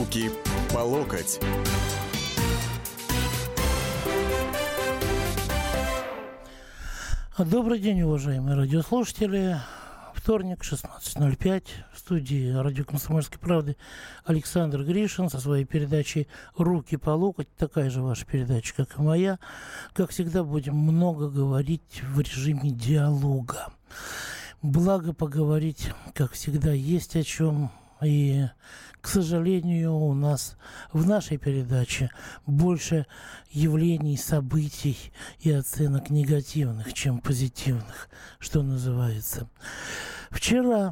Руки по локоть. Добрый день, уважаемые радиослушатели. Вторник, 16:05. В студии радио «Комсомольской правды» Александр Гришин со своей передачей «Руки по локоть». Такая же ваша передача, как и моя. Как всегда, будем много говорить в режиме диалога. Благо, поговорить, как всегда, есть о чем. И, к сожалению, у нас в нашей передаче больше явлений, событий и оценок негативных, чем позитивных, что называется. Вчера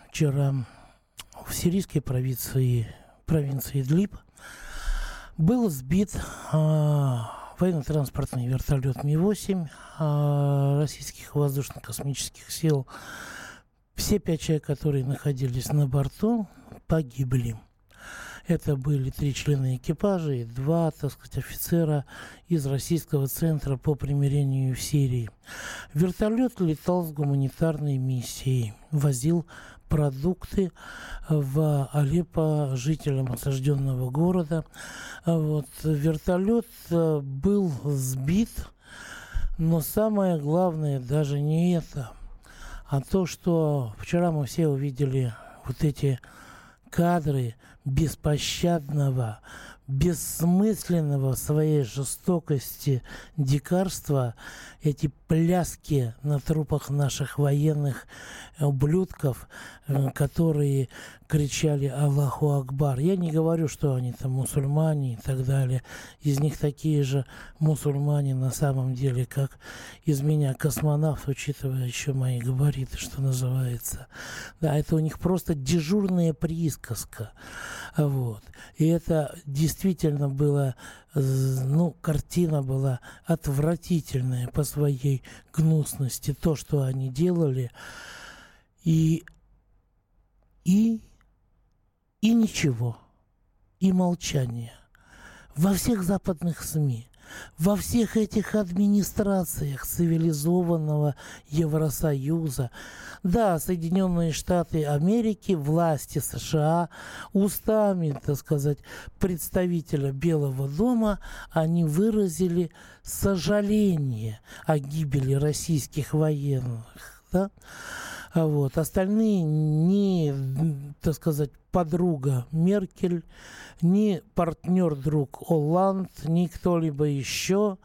в сирийской провинции Идлиб был сбит военно-транспортный вертолет Ми-8 российских воздушно-космических сил. Все 5 человек, которые находились на борту, погибли. Это были 3 члена экипажа и 2, офицера из Российского центра по примирению в Сирии. Вертолет летал с гуманитарной миссией, возил продукты в Алеппо жителям осажденного города. Вертолет был сбит, но самое главное даже не это, а то, что вчера мы все увидели вот эти кадры беспощадного, бессмысленного в своей жестокости дикарства, эти пляски на трупах наших военных ублюдков, которые кричали «Аллаху Акбар». Я не говорю, что они там мусульмане и так далее. Из них такие же мусульмане на самом деле, как из меня космонавт, учитывая еще мои габариты, что называется. Да, это у них просто дежурная присказка. И это действительно было, картина была отвратительная по своей гнусности, то, что они делали, и ничего, и молчание. Во всех западных СМИ, во всех этих администрациях цивилизованного Евросоюза, да, Соединенные Штаты Америки, власти США, устами, представителя Белого дома, они выразили сожаление о гибели российских военных, да? Остальные ни, подруга Меркель, ни партнер-друг Олланд, ни кто-либо еще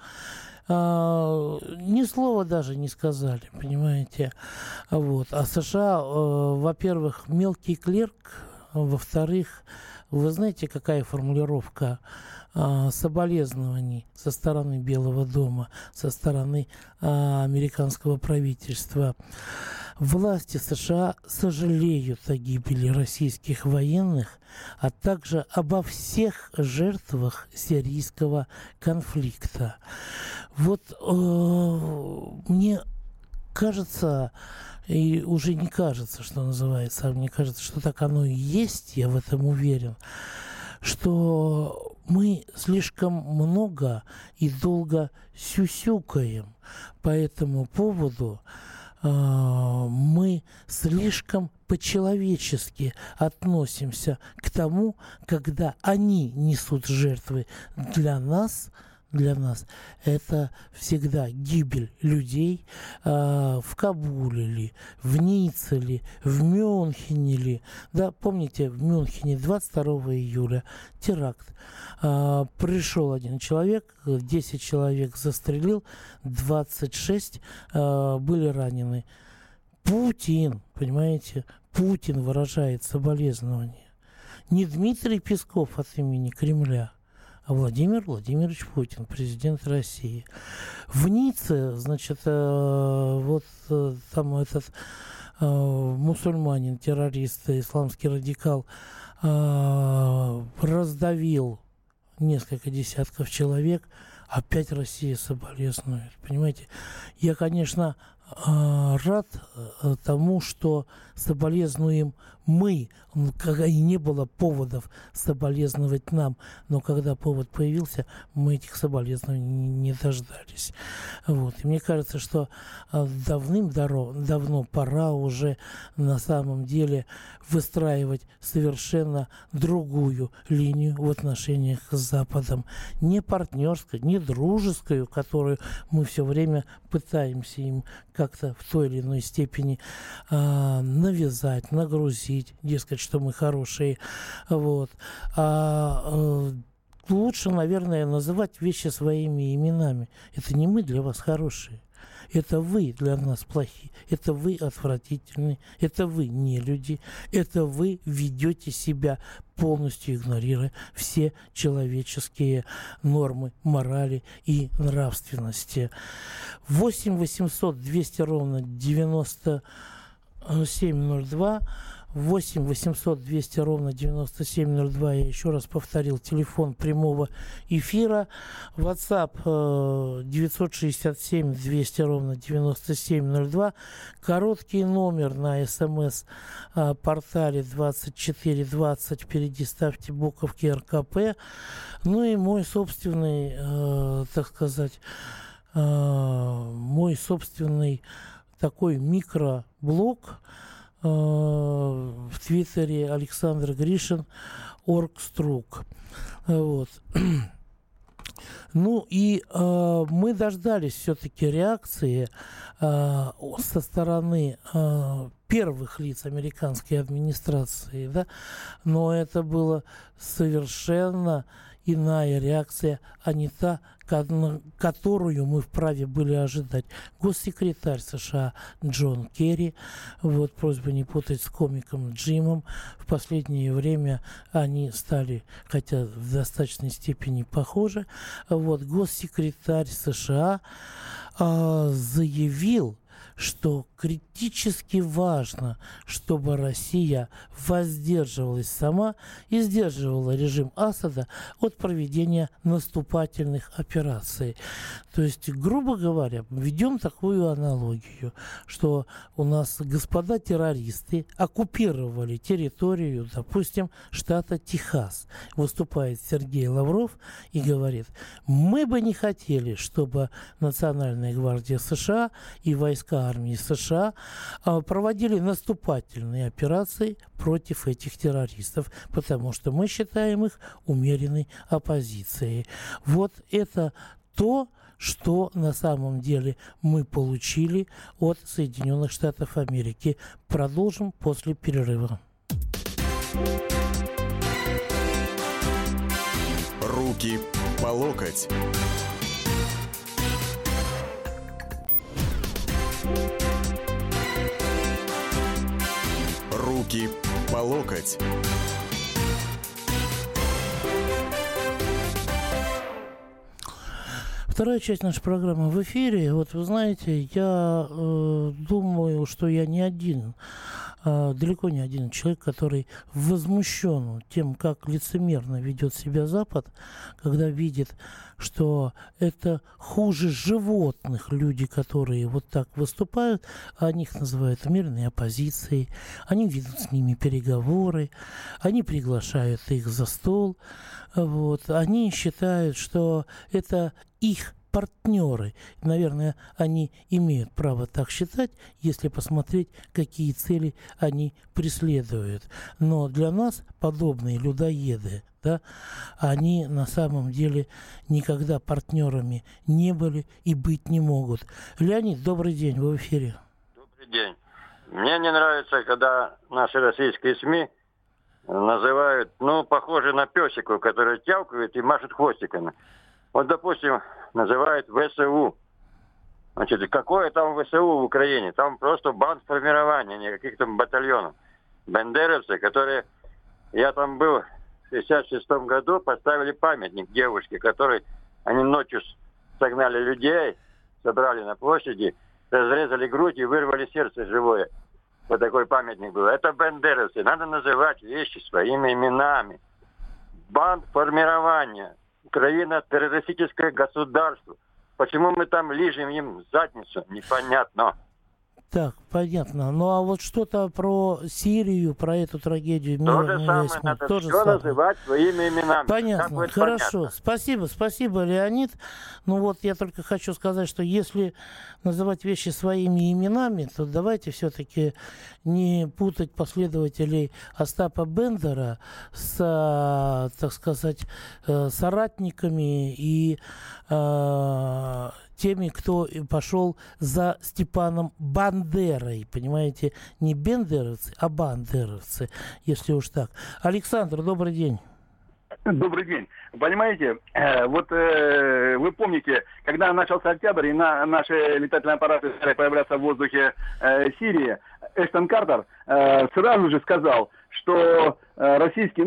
ни слова даже не сказали, понимаете. А США, во-первых, мелкий клерк, во-вторых, вы знаете, какая формулировка соболезнований со стороны Белого дома, со стороны американского правительства. Власти США сожалеют о гибели российских военных, а также обо всех жертвах сирийского конфликта. Мне кажется, и уже не кажется, что называется, а мне кажется, что так оно и есть, я в этом уверен, что мы слишком много и долго сюсюкаем по этому поводу. Мы слишком по-человечески относимся к тому, когда они несут жертвы для нас это всегда гибель людей в Кабуле ли, в Ницце ли, в Мюнхене ли. Да, помните, в Мюнхене 22 июля теракт. Пришел один человек, 10 человек застрелил, 26 были ранены. Путин, понимаете, Путин выражает соболезнования. Не Дмитрий Песков от имени Кремля, а Владимир Владимирович Путин, президент России. В Ницце, там этот мусульманин, террорист, исламский радикал раздавил несколько десятков человек. Опять Россия соболезнует. Понимаете, я, конечно, рад тому, что соболезнуем мы, когда и не было поводов соболезновать нам, но когда повод появился, мы этих соболезнований не дождались. Вот. И мне кажется, что давным-давно пора уже на самом деле выстраивать совершенно другую линию в отношениях с Западом. Не партнерскую, не дружескую, которую мы все время пытаемся им как-то в той или иной степени навязать, нагрузить, дескать, что мы хорошие. Вот. Лучше, наверное, называть вещи своими именами. Это не мы для вас хорошие. Это вы для нас плохие. Это вы отвратительные. Это вы не люди. Это вы ведете себя полностью игнорируя все человеческие нормы морали и нравственности. 8 800 200 ровно 9702. 8 800 200 ровно 9702. Я еще раз повторил, телефон прямого эфира. WhatsApp 967 200 ровно 9702. Короткий номер на СМС-портале 2420. Впереди ставьте буковки РКП. Ну и мой собственный, так сказать, мой собственный такой микроблог в Твиттере Александр Гришин, Оргструк. Вот. Ну и мы дождались все-таки реакции со стороны первых лиц американской администрации, да? Но это была совершенно иная реакция, а не та, которую мы вправе были ожидать. Госсекретарь США Джон Керри, вот просьба не путать с комиком Джимом, в последнее время они стали, хотя в достаточной степени похожи, вот госсекретарь США заявил, что критически важно, чтобы Россия воздерживалась сама и сдерживала режим Асада от проведения наступательных операций. То есть, грубо говоря, ведем такую аналогию, что у нас господа террористы оккупировали территорию, допустим, штата Техас. Выступает Сергей Лавров и говорит: мы бы не хотели, чтобы Национальная гвардия США и войска армии США проводили наступательные операции против этих террористов, потому что мы считаем их умеренной оппозицией. Вот это то, что на самом деле мы получили от Соединенных Штатов Америки. Продолжим после перерыва. Руки по локоть. Руки по локоть. Вторая часть нашей программы в эфире. Вот вы знаете, я думаю, что я не один, далеко не один человек, который возмущен тем, как лицемерно ведет себя Запад, когда видит, что это хуже животных люди, которые вот так выступают, а они их называют мирной оппозицией, они ведут с ними переговоры, они приглашают их за стол, вот, они считают, что это их партнеры. Наверное, они имеют право так считать, если посмотреть, какие цели они преследуют. Но для нас подобные людоеды, да, они на самом деле никогда партнерами не были и быть не могут. Леонид, добрый день, вы в эфире. Добрый день. Мне не нравится, когда наши российские СМИ называют, похоже на песику, который тявкает и машет хвостиками. Вот, допустим, называют ВСУ. Значит, какое там ВСУ в Украине? Там просто бандформирование, никаких там батальонов. Бандеровцы, которые... Я там был в 1966 году, поставили памятник девушке, которой они ночью согнали людей, собрали на площади, разрезали грудь и вырвали сердце живое. Вот такой памятник был. Это бандеровцы. Надо называть вещи своими именами. Бандформирование. Украина – террористическое государство. Почему мы там лижем им задницу? Непонятно. Так, понятно. Ну а вот что-то про Сирию, про эту трагедию. То же самое, надо все называть своими именами. Понятно, хорошо. Понятно. Спасибо, Леонид. Ну вот я только хочу сказать, что если называть вещи своими именами, то давайте все-таки не путать последователей Остапа Бендера с, так сказать, соратниками и теми, кто пошел за Степаном Бандерой. Понимаете, не бендеровцы, а бандеровцы, если уж так. Александр, добрый день. Добрый день. Понимаете, вы помните, когда начался октябрь и наши летательные аппараты стали появляться в воздухе Сирии, Эштон Картер сразу же сказал, что российские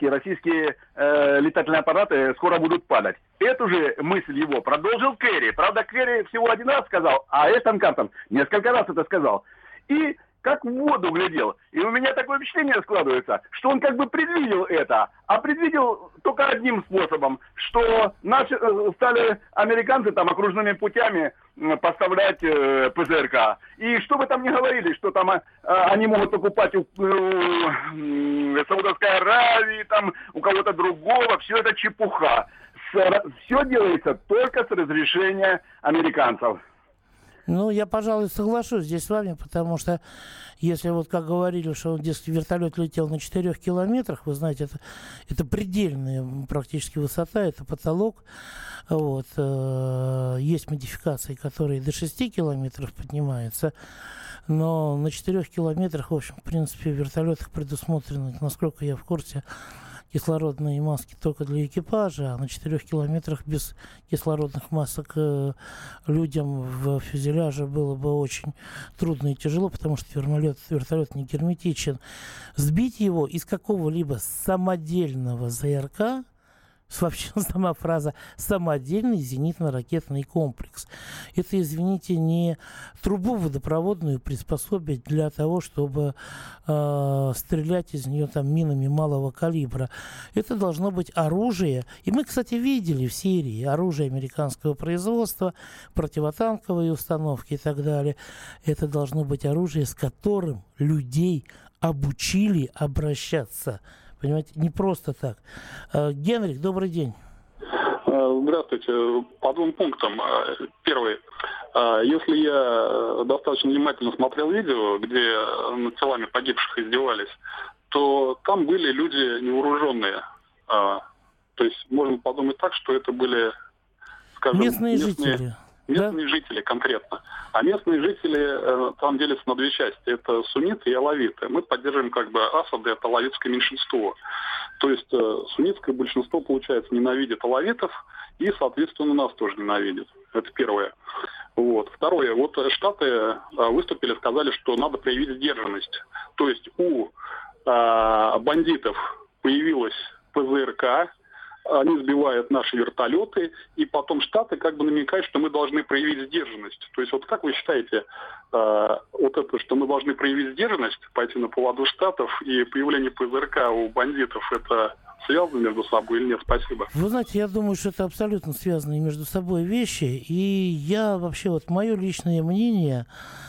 летательные аппараты скоро будут падать. Эту же мысль его продолжил Керри. Правда, Керри всего один раз сказал, а Эштон Картер несколько раз это сказал. И как в воду глядел. И у меня такое впечатление складывается, что он как бы предвидел это, а предвидел только одним способом, что стали американцы там окружными путями поставлять ПЗРК. И что бы там ни говорили, что там они могут покупать у Саудовской Аравии, там у кого-то другого, все это чепуха. Все делается только с разрешения американцев. Ну, я, пожалуй, соглашусь здесь с вами, потому что если вот как говорили, что вертолет летел на 4 километрах, вы знаете, это предельная практически высота, это потолок. Вот. Есть модификации, которые до 6 километров поднимаются, но на 4 километрах, в общем, в принципе, в вертолетах предусмотрены, насколько я в курсе, кислородные маски только для экипажа, а на 4 километрах без кислородных масок людям в фюзеляже было бы очень трудно и тяжело, потому что вертолет не герметичен. Сбить его из какого-либо самодельного ЗРК, вообще сама фраза «самодельный зенитно-ракетный комплекс». Это, извините, не трубу водопроводную приспособить для того, чтобы стрелять из нее там минами малого калибра. Это должно быть оружие. И мы, кстати, видели в Сирии оружие американского производства, противотанковые установки и так далее. Это должно быть оружие, с которым людей обучили обращаться. Понимаете, не просто так. Генрих, добрый день. Здравствуйте. По 2 пунктам. Первый. Если я достаточно внимательно смотрел видео, где над телами погибших издевались, то там были люди невооруженные. То есть можно подумать так, что это были, скажем, местные жители. Местные жители конкретно. А местные жители там делятся на 2 части. Это сунниты и алавиты. Мы поддерживаем как бы Асада, это алавитское меньшинство. То есть суннитское большинство, получается, ненавидит алавитов и, соответственно, нас тоже ненавидит. Это первое. Вот. Второе. Вот Штаты выступили, сказали, что надо проявить сдержанность. То есть у бандитов появилась ПЗРК, они сбивают наши вертолеты, и потом Штаты как бы намекают, что мы должны проявить сдержанность. То есть вот как вы считаете, вот это, что мы должны проявить сдержанность, пойти на поводу Штатов, и появление ПЗРК у бандитов, это связано между собой или нет? Спасибо. Вы знаете, я думаю, что это абсолютно связанные между собой вещи, и я вообще, вот мое личное мнение...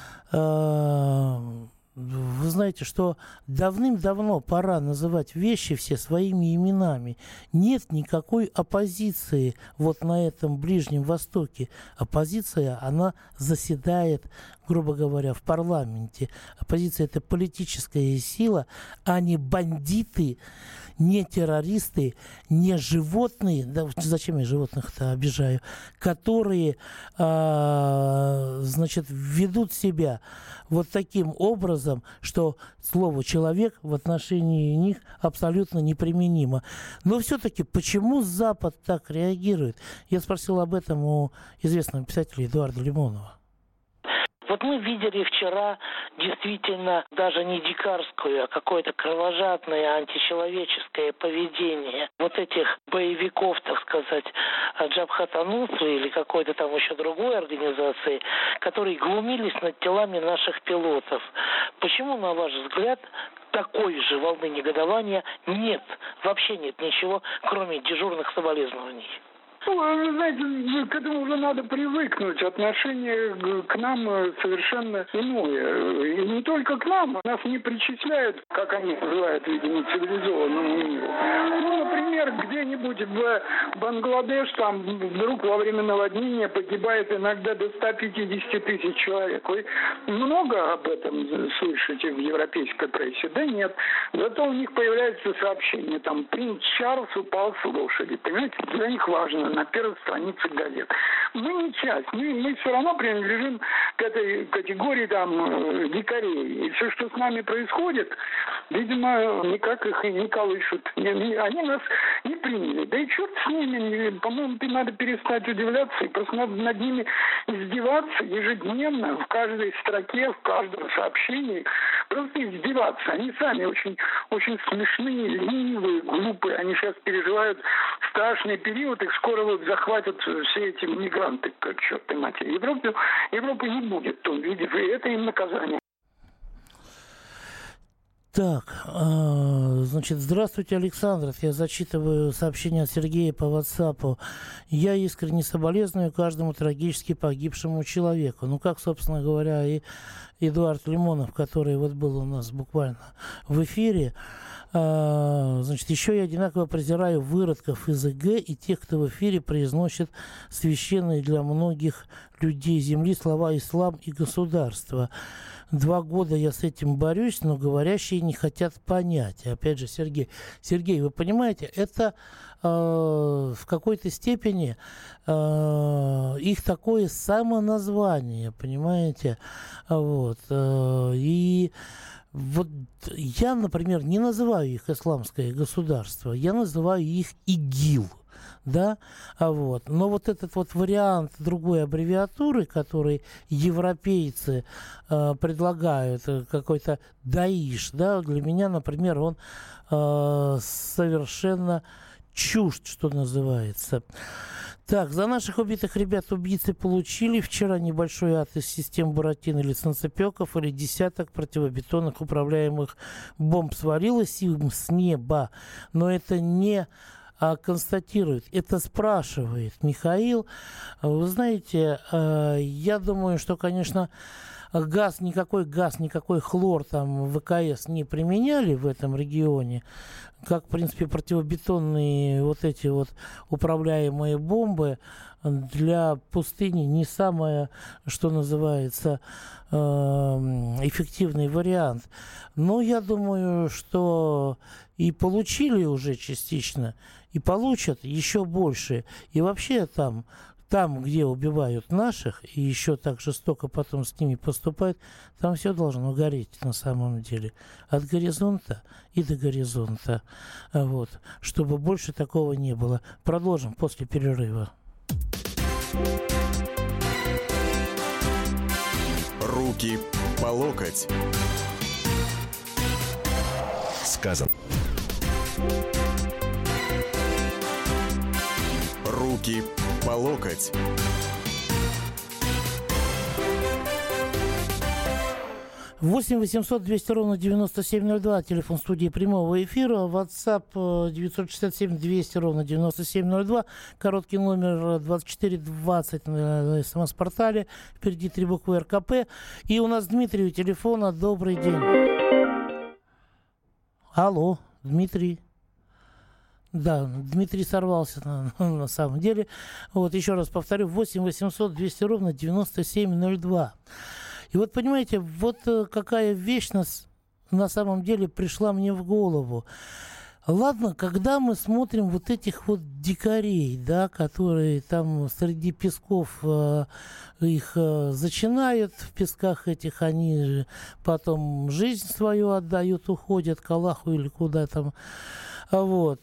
Вы знаете, что давным-давно пора называть вещи все своими именами. Нет никакой оппозиции вот на этом Ближнем Востоке. Оппозиция, она заседает, грубо говоря, в парламенте. Оппозиция – это политическая сила, а не бандиты, не террористы, не животные, да, зачем я животных-то обижаю, которые, значит, ведут себя вот таким образом, что слово «человек» в отношении них абсолютно неприменимо. Но все-таки почему Запад так реагирует? Я спросил об этом у известного писателя Эдуарда Лимонова. Вот мы видели вчера действительно даже не дикарскую, а какое-то кровожадное античеловеческое поведение вот этих боевиков, так сказать, Джабхат ан-Нусры или какой-то там еще другой организации, которые глумились над телами наших пилотов. Почему, на ваш взгляд, такой же волны негодования нет? Вообще нет ничего, кроме дежурных соболезнований. Вы знаете, к этому уже надо привыкнуть. Отношение к нам совершенно иное. И не только к нам. Нас не причисляют, как они называют, видимо, цивилизованному миру. Ну, например, где-нибудь в Бангладеш, там вдруг во время наводнения погибает иногда до 150 тысяч человек. Вы много об этом слышите в европейской прессе? Да нет. Зато у них появляются сообщения. Там принц Чарльз упал с лошади. Понимаете, для них важно на первой странице газет. Мы не часть. Мы все равно принадлежим к этой категории там дикарей. И все, что с нами происходит, видимо, никак их и не колышут. Они нас не приняли. Да и черт с ними. По-моему, надо перестать удивляться и просто надо над ними издеваться ежедневно, в каждой строке, в каждом сообщении. Просто издеваться. Они сами очень, очень смешные, ленивые, глупые. Они сейчас переживают страшный период, их скоро вот захватят все эти мигранты, как чертовой матери. Европы не будет в том виде, и это им наказание. Так, значит, здравствуйте, Александр. Я зачитываю сообщение от Сергея по WhatsApp. Я искренне соболезную каждому трагически погибшему человеку. Ну, как, собственно говоря, и Эдуард Лимонов, который вот был у нас буквально в эфире. Значит, еще я одинаково презираю выродков из ИГ и тех, кто в эфире произносит священные для многих людей земли слова «ислам» и «государство». 2 года я с этим борюсь, но говорящие не хотят понять. И опять же, Сергей, вы понимаете, это в какой-то степени их такое самоназвание, понимаете? Вот. И вот я, например, не называю их исламское государство, я называю их ИГИЛ. Да, вот. Но вот этот вот вариант другой аббревиатуры, который европейцы предлагают, какой-то Даиш, да, для меня, например, он совершенно чужд, что называется. Так, за наших убитых ребят убийцы получили вчера небольшой ад из систем Буратино или санцепёков, или десяток противобетонных управляемых бомб свалилось им с неба, но это не констатирует, это спрашивает Михаил. Вы знаете, я думаю, что, конечно, никакой хлор там в ВКС не применяли в этом регионе, как, в принципе, противобетонные вот эти вот управляемые бомбы для пустыни не самое, что называется, эффективный вариант. Но я думаю, что и получили уже частично, и получат еще больше. И вообще там, где убивают наших, и еще так жестоко потом с ними поступают, там все должно гореть на самом деле. От горизонта и до горизонта. Вот. Чтобы больше такого не было. Продолжим после перерыва. Руки по локоть. Сказано. Руки по локоть. Восемь 800 200 ровно 9702, телефон студии прямого эфира, WhatsApp 967 200 ровно 9702, короткий номер 2420 на СМС-портале, впереди 3 буквы РКП. И у нас Дмитрий у телефона. Добрый день. Алло, Дмитрий. Да, Дмитрий сорвался на самом деле. Вот еще раз повторю, 8 800 200 ровно 9702. И вот понимаете, вот какая вещь на самом деле пришла мне в голову. Ладно, когда мы смотрим вот этих вот дикарей, да, которые там среди песков их зачинают, в песках этих они потом жизнь свою отдают, уходят к Аллаху или куда там. Вот.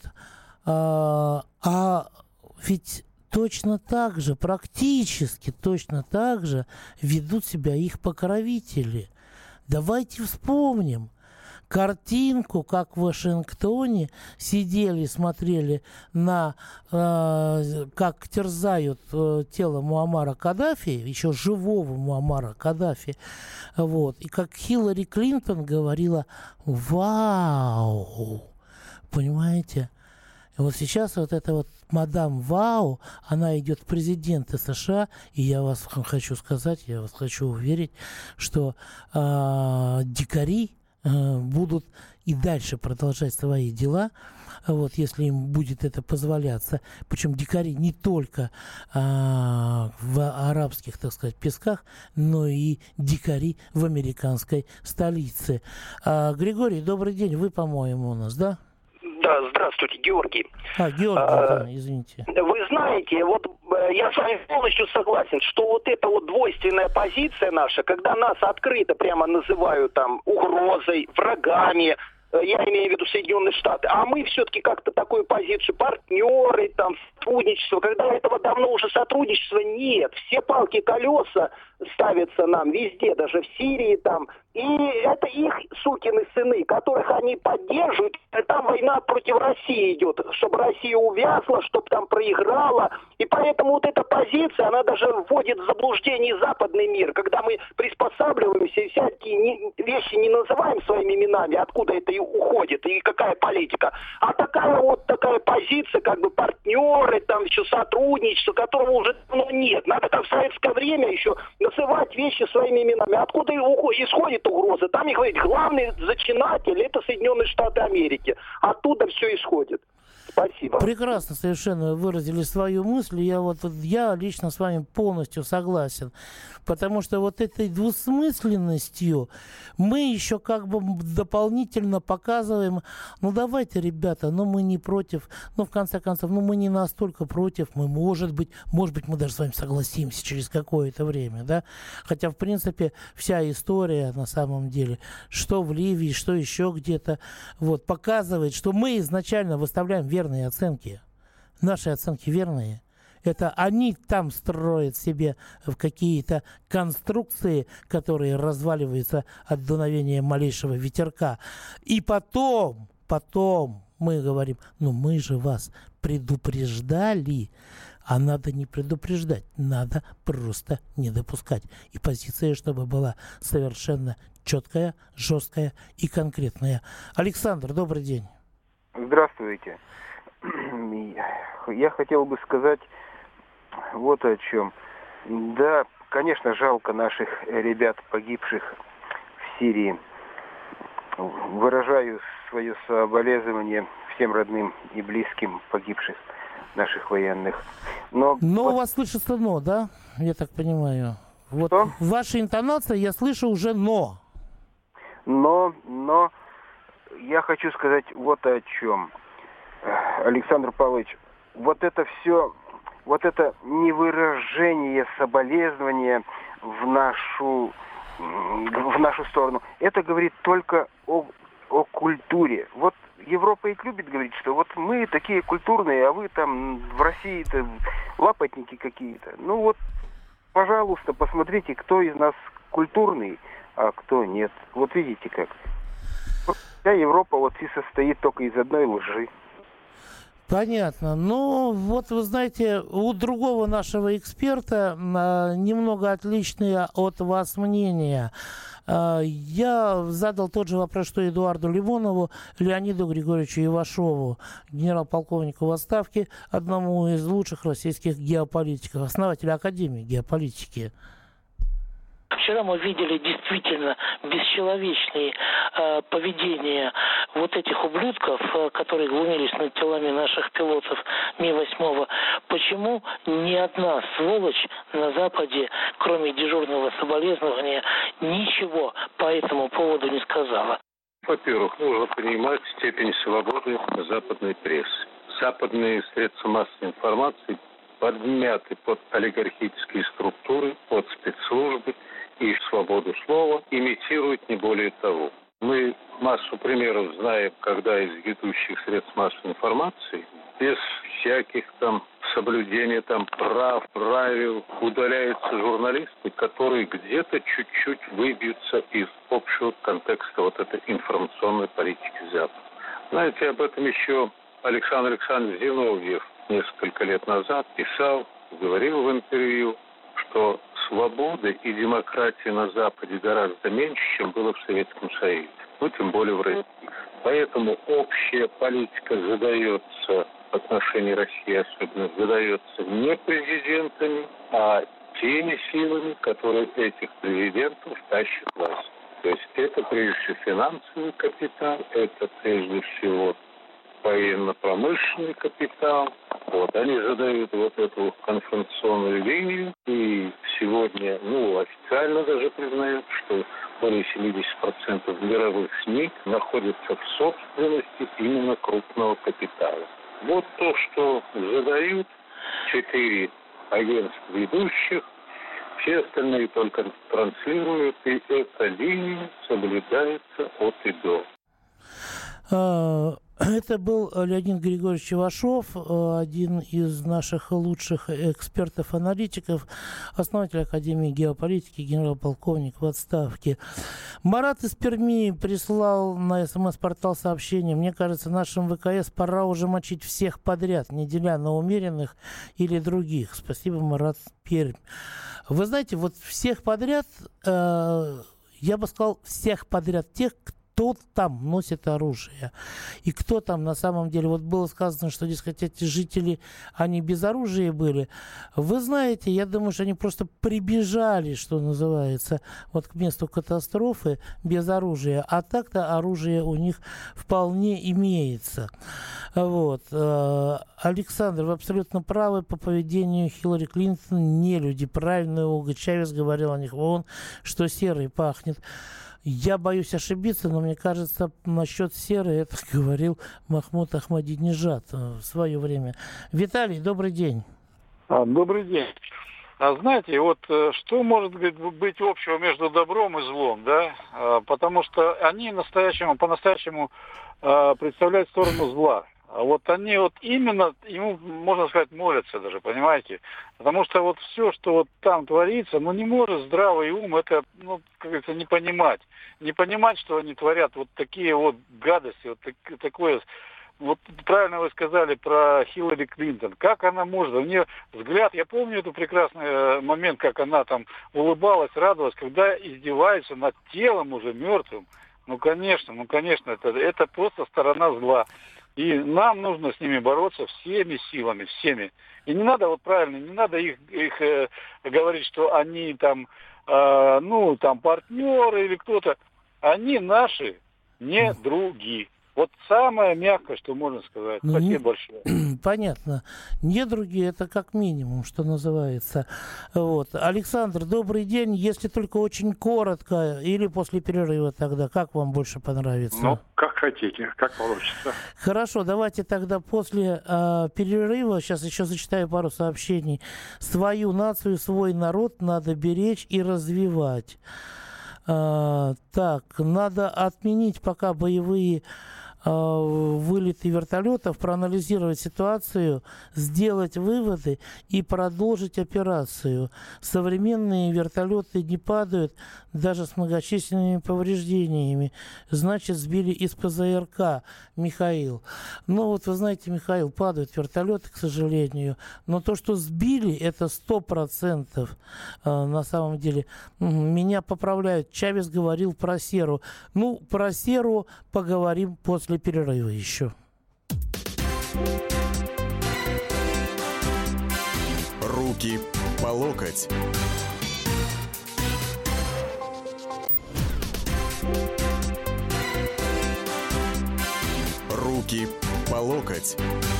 А ведь точно так же, практически точно так же ведут себя их покровители. Давайте вспомним картинку, как в Вашингтоне сидели, смотрели на, как терзают тело Муаммара Каддафи, еще живого Муаммара Каддафи, вот, и как Хиллари Клинтон говорила: «Вау!» Понимаете? И вот сейчас вот эта вот мадам Вау, она идет в президенты США, и я вас хочу сказать, я вас хочу уверить, что дикари будут и дальше продолжать свои дела, вот, если им будет это позволяться. Причем дикари не только в арабских, так сказать, песках, но и дикари в американской столице. Григорий, добрый день. Вы, по-моему, у нас, да? Да, здравствуйте, Георгий. Георгий, да, извините. Вы знаете, вот я с вами полностью согласен, что вот эта вот двойственная позиция наша, когда нас открыто прямо называют там угрозой, врагами, я имею в виду Соединенные Штаты, а мы все-таки как-то такую позицию партнеры, там, сотрудничество, когда этого давно уже сотрудничества нет, все палки колеса ставятся нам везде, даже в Сирии там, и это их сукины сыны, которых они поддерживают, там война против России идет, чтобы Россия увязла, чтобы там проиграла, и поэтому вот эта позиция, она даже вводит в заблуждение западный мир, когда мы приспосабливаемся и всякие вещи не называем своими именами, откуда это и уходит, и какая политика, а такая позиция, как бы партнеры, там еще сотрудничество, которого уже давно нет, надо как в советское время еще называть вещи своими именами, откуда исходит угроза, там их говорит, главный зачинатель это Соединенные Штаты Америки, оттуда все исходит. Спасибо. Прекрасно совершенно выразили свою мысль. Я лично с вами полностью согласен. Потому что вот этой двусмысленностью мы еще как бы дополнительно показываем, давайте, ребята, мы не против, в конце концов, мы не настолько против, мы, может быть, мы даже с вами согласимся через какое-то время, да? Хотя, в принципе, вся история на самом деле, что в Ливии, что еще где-то, показывает, что мы изначально выставляем верные оценки. Наши оценки верные. Это они там строят себе какие-то конструкции, которые разваливаются от дуновения малейшего ветерка. И потом мы говорим, мы же вас предупреждали, а надо не предупреждать, надо просто не допускать. И позиция, чтобы была совершенно четкая, жесткая и конкретная. Александр, добрый день. Здравствуйте. Я хотел бы сказать вот о чем. Да, конечно, жалко наших ребят, погибших в Сирии. Выражаю свое соболезнование всем родным и близким погибших наших военных. Но у вас слышится «но», да? Я так понимаю. Что? В вашей интонации я слышу уже «но». Но я хочу сказать вот о чем. Александр Павлович, вот это все, вот это невыражение соболезнования в нашу сторону, это говорит только о культуре. Вот Европа и любит говорить, что вот мы такие культурные, а вы там в России-то лапотники какие-то. Пожалуйста, посмотрите, кто из нас культурный, а кто нет. Вот видите как. Вся Европа и состоит только из одной лжи. Понятно. Вы знаете, у другого нашего эксперта немного отличное от вас мнение. Я задал тот же вопрос, что Эдуарду Лимонову, Леониду Григорьевичу Ивашову, генерал-полковнику в отставке, одному из лучших российских геополитиков, основателя Академии геополитики. Вчера мы видели действительно бесчеловечные поведения вот этих ублюдков, которые глумились над телами наших пилотов Ми-8. Почему ни одна сволочь на Западе, кроме дежурного соболезнования, ничего по этому поводу не сказала? Во-первых, нужно понимать степень свободы западной прессы. Западные средства массовой информации подмяты под олигархические структуры, под спецслужбы, и свободу слова имитируют не более того. Мы массу примеров знаем, когда из ведущих средств массовой информации без всяких соблюдения прав, правил удаляются журналисты, которые где-то чуть-чуть выбьются из общего контекста этой информационной политики Запада. Знаете, об этом еще Александр Александрович Зиновьев несколько лет назад писал, говорил в интервью, что свободы и демократии на Западе гораздо меньше, чем было в Советском Союзе, тем более в России. Поэтому общая политика задается в отношении России особенно задается не президентами, а теми силами, которые этих президентов тащат в власть. То есть это прежде всего финансовый капитал, это прежде всего военно-промышленный капитал. Вот, они задают вот эту конфронтационную линию, и сегодня, официально даже признают, что более 70% мировых СМИ находятся в собственности именно крупного капитала. Вот то, что задают 4 агентства ведущих, все остальные только транслируют, и эта линия соблюдается от и до. Это был Леонид Григорьевич Ивашов, один из наших лучших экспертов-аналитиков, основатель Академии геополитики, генерал-полковник в отставке. Марат из Перми прислал на СМС-портал сообщение: мне кажется, нашим ВКС пора уже мочить всех подряд, не деля на умеренных или других. Спасибо, Марат, Пермь. Вы знаете, вот всех подряд, я бы сказал, всех подряд тех, кто там носит оружие. И кто там на самом деле... Вот было сказано, что, дескать, эти жители, они без оружия были. Вы знаете, я думаю, что они просто прибежали, что называется, вот к месту катастрофы без оружия. А так-то оружие у них вполне имеется. Вот. Александр, вы абсолютно правы по поведению Хиллари Клинтон. Не люди. Правильно Уго Чавес говорил о них вон, что серый пахнет. Я боюсь ошибиться, но мне кажется, насчет серы это говорил Махмуд Ахмадинежад в свое время. Виталий, добрый день. Добрый день. Знаете, вот что может быть общего между добром и злом, да? Потому что они по-настоящему представляют сторону зла. А вот они вот именно, ему, можно сказать, молятся даже, понимаете? Потому что вот все, что вот там творится, не может здравый ум это, как говорится, не понимать. Не понимать, что они творят вот такие вот гадости, вот такое... Вот правильно вы сказали про Хиллари Клинтон. Как она может? У нее взгляд, я помню этот прекрасный момент, как она там улыбалась, радовалась, когда издевается над телом уже мертвым. Конечно, это просто сторона зла. И нам нужно с ними бороться всеми силами, всеми. И не надо, вот правильно, не надо их говорить, что они там, партнеры или кто-то. Они наши, не другие. Вот самое мягкое, что можно сказать. Спасибо большое. Понятно. Недруги — это как минимум, что называется. Вот. Александр, добрый день. Если только очень коротко или после перерыва тогда, как вам больше понравится? Как хотите, как получится. Хорошо, давайте тогда после перерыва, сейчас еще зачитаю пару сообщений. Свою нацию, свой народ надо беречь и развивать. Так, надо отменить пока боевые вылеты вертолетов, проанализировать ситуацию, сделать выводы и продолжить операцию. Современные вертолеты не падают даже с многочисленными повреждениями. Значит, сбили из ПЗРК. Михаил. Вы знаете, Михаил, падают вертолеты, к сожалению. Но то, что сбили, это 100%. На самом деле. Меня поправляют. Чавес говорил про серу. Про серу поговорим после перерыва еще. Руки по локоть. Руки по локоть.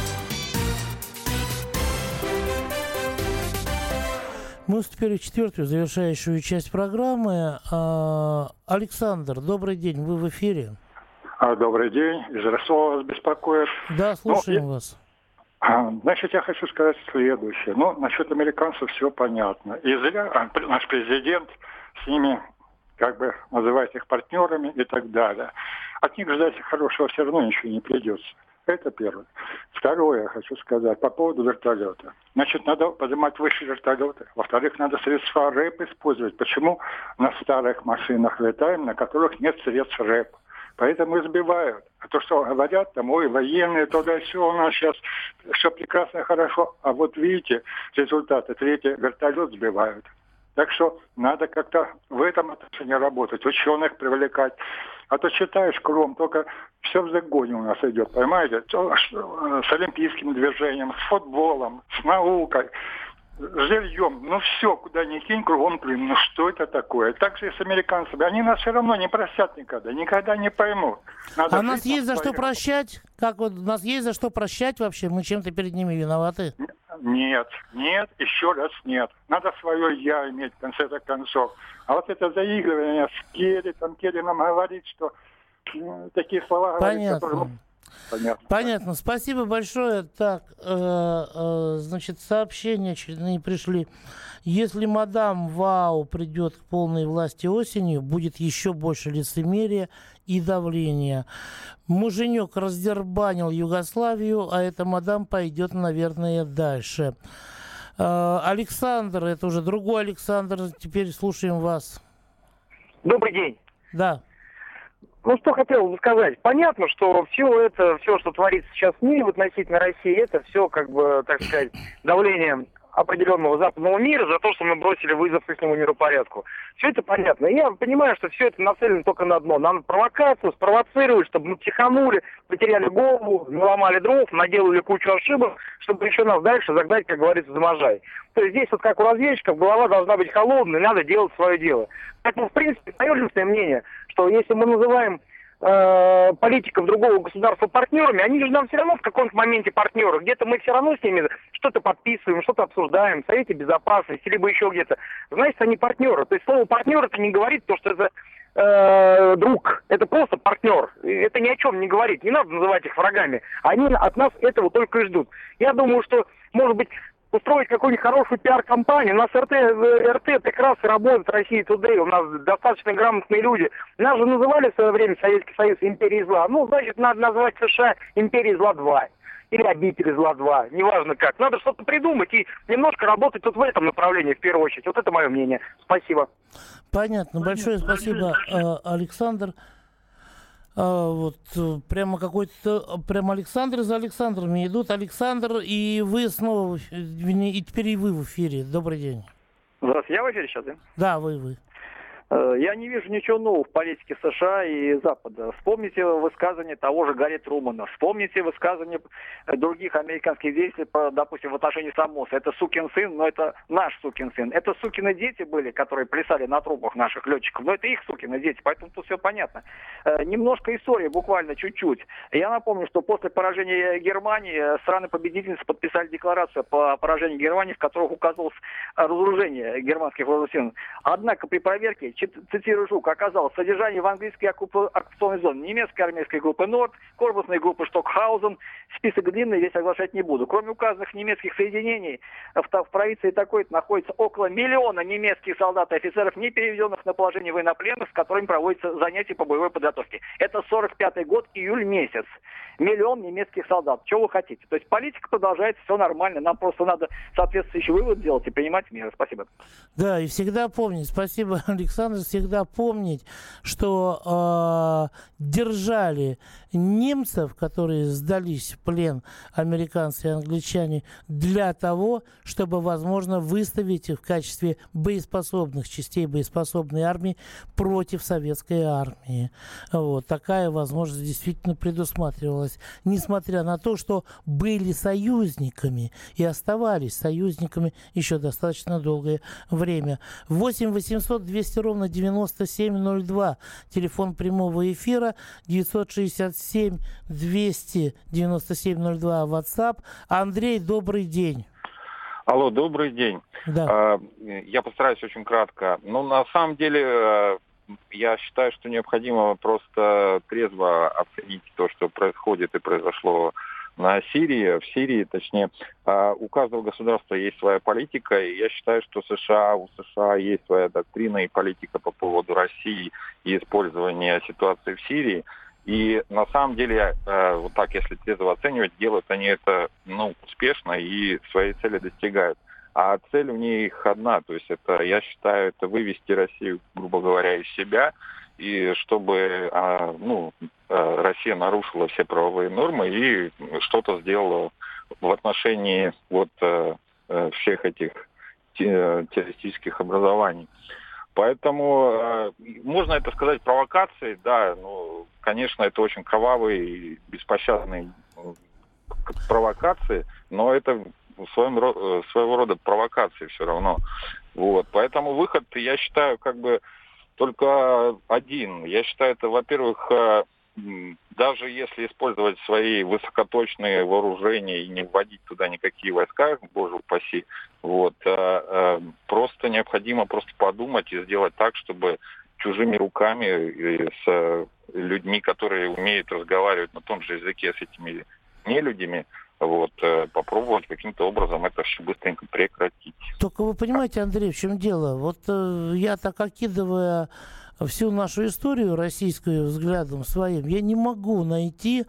Мы вступили в четвертую, завершающую часть программы. Александр, добрый день, вы в эфире. Добрый день, из Ростова вас беспокоит. Да, слушаем вас. Значит, я хочу сказать следующее. Насчет американцев все понятно. И зря наш президент с ними, называет их партнерами и так далее. От них ждать хорошего все равно ничего не придется. Это первое. Второе, я хочу сказать по поводу вертолета. Значит, надо поднимать выше вертолеты. Во-вторых, надо средства РЭП использовать. Почему на старых машинах летаем, на которых нет средств РЭП? Поэтому и сбивают. А то, что говорят, военные, туда и все у нас сейчас, все прекрасно, хорошо. А вот видите, результаты. Третий вертолет сбивают. Так что надо как-то в этом отношении работать, ученых привлекать. А то читаешь кругом, только все в загоне у нас идет, понимаете? С олимпийским движением, с футболом, с наукой, с жильем. Ну все, куда ни кинь, кругом клин. Ну что это такое? Так же и с американцами. Они нас все равно не простят никогда не поймут. Надо а нас есть за что прощать? Как вот, нас есть за что прощать вообще? Мы чем-то перед ними виноваты? Нет, еще раз нет. Надо свое «я» иметь в конце концов. А вот это заигрывание с Керри, там Керри нам говорит, что такие слова говорит, которые... Понятно. Спасибо большое. Так, значит, сообщения очередные пришли. Если мадам Вау придет к полной власти осенью, будет еще больше лицемерия и давления. Муженек раздербанил Югославию, а эта мадам пойдет, наверное, дальше. Александр, это уже другой Александр, теперь слушаем вас. Добрый день. Да. Ну, что хотел бы сказать. Понятно, что все, что творится сейчас в мире относительно России, это все, как бы, так сказать, давление определенного западного мира за то, что мы бросили вызов их миропорядку. Все это понятно. И я понимаю, что все это нацелено только на одно. Нам провокацию спровоцировать, чтобы мы психанули, потеряли голову, наломали дров, наделали кучу ошибок, чтобы еще нас дальше загнать, как говорится, за можжай. То есть здесь вот как у разведчиков голова должна быть холодной, надо делать свое дело. Поэтому, в принципе, мое личное мнение, что если мы называем политиков другого государства партнерами, они же нам все равно в каком-то моменте партнеры. Где-то мы все равно с ними что-то подписываем, что-то обсуждаем, в Совете Безопасности, либо еще где-то. Значит, они партнеры. То есть слово партнер это не говорит то, что это друг. Это просто партнер. Это ни о чем не говорит. Не надо называть их врагами. Они от нас этого только и ждут. Я думаю, что, может быть, устроить какую-нибудь хорошую пиар-компанию. У нас РТ прекрасно работает, Россия Today, у нас достаточно грамотные люди. Нас же называли в свое время Советский Союз империей зла. Ну, значит, надо назвать США империей зла 2. Или обители зла 2. Неважно как. Надо что-то придумать и немножко работать вот в этом направлении в первую очередь. Вот это мое мнение. Спасибо. Понятно. Большое спасибо, Александр. Вот прямо Александр за Александрами идут. Александр, и вы снова, и теперь и вы в эфире. Добрый день. Здравствуйте, я в эфире сейчас, да? Да, вы. Я не вижу ничего нового в политике США и Запада. Вспомните высказывание того же Гарри Трумана. Вспомните высказывание других американских деятелей, допустим, в отношении Самоса. Это сукин сын, но это наш сукин сын. Это сукины дети были, которые плясали на трупах наших летчиков, но это их сукины дети, поэтому тут все понятно. Немножко истории, буквально чуть-чуть. Я напомню, что после поражения Германии страны-победительницы подписали декларацию по поражению Германии, в которой указывалось разоружение германских вооруженных сил. Однако при проверке, цитирую Жук, оказалось содержание в английской оккупационной зоне немецкой армейской группы Норд, корпусной группы Штокхаузен. Список длинный, весь оглашать не буду. Кроме указанных немецких соединений, в провинции такой-то находится около 1 миллиона немецких солдат и офицеров, не переведенных на положение военнопленных, с которыми проводятся занятия по боевой подготовке. Это 45-й год, июль месяц. 1 миллион немецких солдат. Чего вы хотите? То есть политика продолжается, все нормально. Нам просто надо соответствующий вывод делать и принимать меры. Спасибо. Да, и всегда помнить, спасибо, Александр, всегда помнить, что держали немцев, которые сдались в плен, американцы и англичане, для того, чтобы, возможно, выставить их в качестве боеспособных частей боеспособной армии против советской армии. Вот. Такая возможность действительно предусматривалась, несмотря на то, что были союзниками и оставались союзниками еще достаточно долгое время. 8 800 200 ровно 9702. Телефон прямого эфира 967 297 02. WhatsApp. Андрей, добрый день. Алло, добрый день. Да. Я постараюсь очень кратко. Но на самом деле я считаю, что необходимо просто трезво оценить то, что происходит и произошло на Сирии, в Сирии, точнее. У каждого государства есть своя политика, и я считаю, что у США есть своя доктрина и политика по поводу России и использования ситуации в Сирии. И на самом деле, вот так, если трезво оценивать, делают они это успешно и своей цели достигают. А цель у них одна, то есть это, я считаю, это вывести Россию, грубо говоря, из себя, и чтобы Россия нарушила все правовые нормы и что-то сделала в отношении всех этих террористических образований. Поэтому можно это сказать провокацией, да, ну, конечно, это очень кровавые и беспощадные провокации, но это своего рода провокации все равно. Вот. Поэтому выход, я считаю, как бы только один. Я считаю, это, во-первых, даже если использовать свои высокоточные вооружения и не вводить туда никакие войска, боже упаси, вот, просто необходимо просто подумать и сделать так, чтобы чужими руками и с людьми, которые умеют разговаривать на том же языке с этими нелюдями, вот, попробовать каким-то образом это все быстренько прекратить. Только вы понимаете, Андрей, в чем дело? Вот я так окидывая всю нашу историю российскую взглядом своим, я не могу найти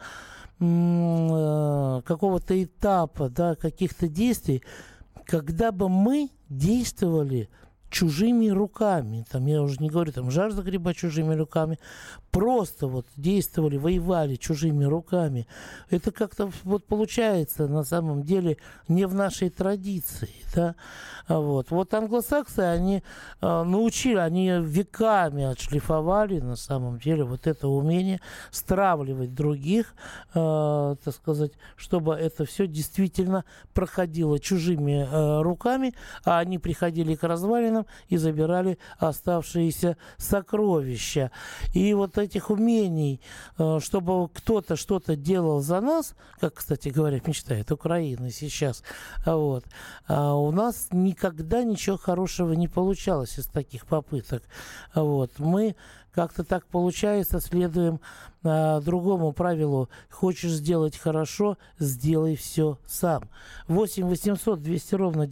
какого-то этапа, да, каких-то действий, когда бы мы действовали чужими руками. Там, я уже не говорю, там, жар загреба чужими руками. Просто вот действовали, воевали чужими руками. Это как-то вот получается на самом деле не в нашей традиции. Да? Вот англосаксы, они научили, они веками отшлифовали на самом деле вот это умение стравливать других, так сказать, чтобы это все действительно проходило чужими руками, а они приходили к развалинам и забирали оставшиеся сокровища. И вот этих умений, чтобы кто-то что-то делал за нас, как, кстати говоря, мечтает Украина сейчас, вот, у нас никогда ничего хорошего не получалось из таких попыток. Вот. Мы как-то так получается, следуем другому правилу. Хочешь сделать хорошо, сделай все сам. 8 800 200 ровно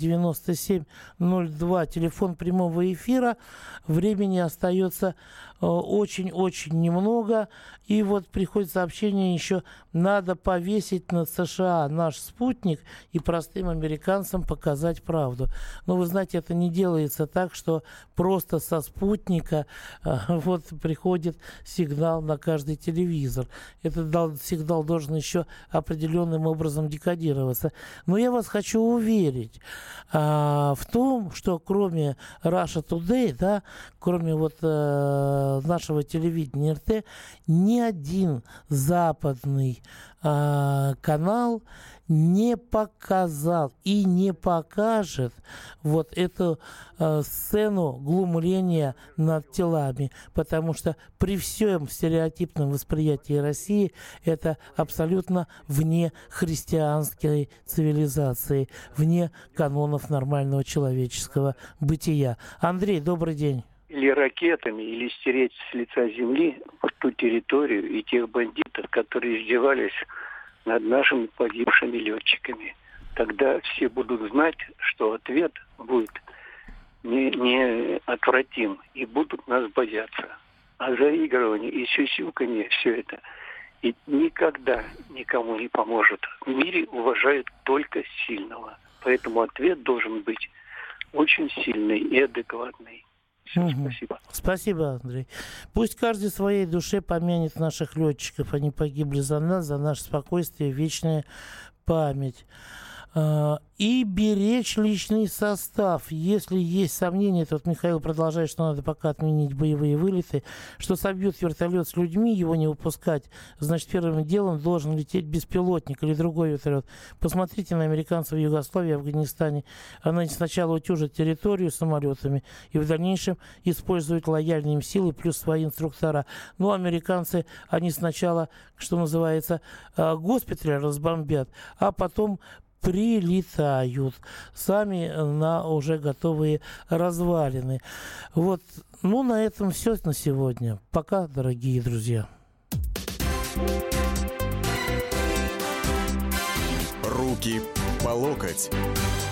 9702. Телефон прямого эфира. Времени остается очень-очень немного. И вот приходит сообщение еще: надо повесить над США наш спутник и простым американцам показать правду. Но вы знаете, это не делается так, что просто со спутника вот приходит сигнал на каждый телевизор. Этот сигнал должен еще определенным образом декодироваться. Но я вас хочу уверить в том, что кроме Russia Today, да, кроме вот нашего телевидения РТ, ни один западный канал не показал и не покажет вот эту сцену глумления над телами, потому что при всем стереотипном восприятии России это абсолютно вне христианской цивилизации, вне канонов нормального человеческого бытия. Андрей, добрый день. Или ракетами, или стереть с лица земли вот ту территорию и тех бандитов, которые издевались над нашими погибшими летчиками. Тогда все будут знать, что ответ будет не отвратим, и будут нас бояться. А заигрывание и сюсюканье, все это, и никогда никому не поможет. В мире уважают только сильного. Поэтому ответ должен быть очень сильный и адекватный. Все, спасибо. Спасибо, Андрей. Пусть каждый в своей душе помянет наших летчиков. Они погибли за нас, за наше спокойствие, вечная память. И беречь личный состав. Если есть сомнения, то вот Михаил продолжает, что надо пока отменить боевые вылеты, что собьют вертолет с людьми, его не выпускать, значит, первым делом должен лететь беспилотник или другой вертолет. Посмотрите на американцев в Югославии, Афганистане. Они сначала утюжат территорию самолетами и в дальнейшем используют лояльные им силы плюс свои инструктора. Но американцы, они сначала, что называется, госпиталь разбомбят, а потом прилетают сами на уже готовые развалины. Вот, ну, на этом все на сегодня. Пока, дорогие друзья. Руки по локоть.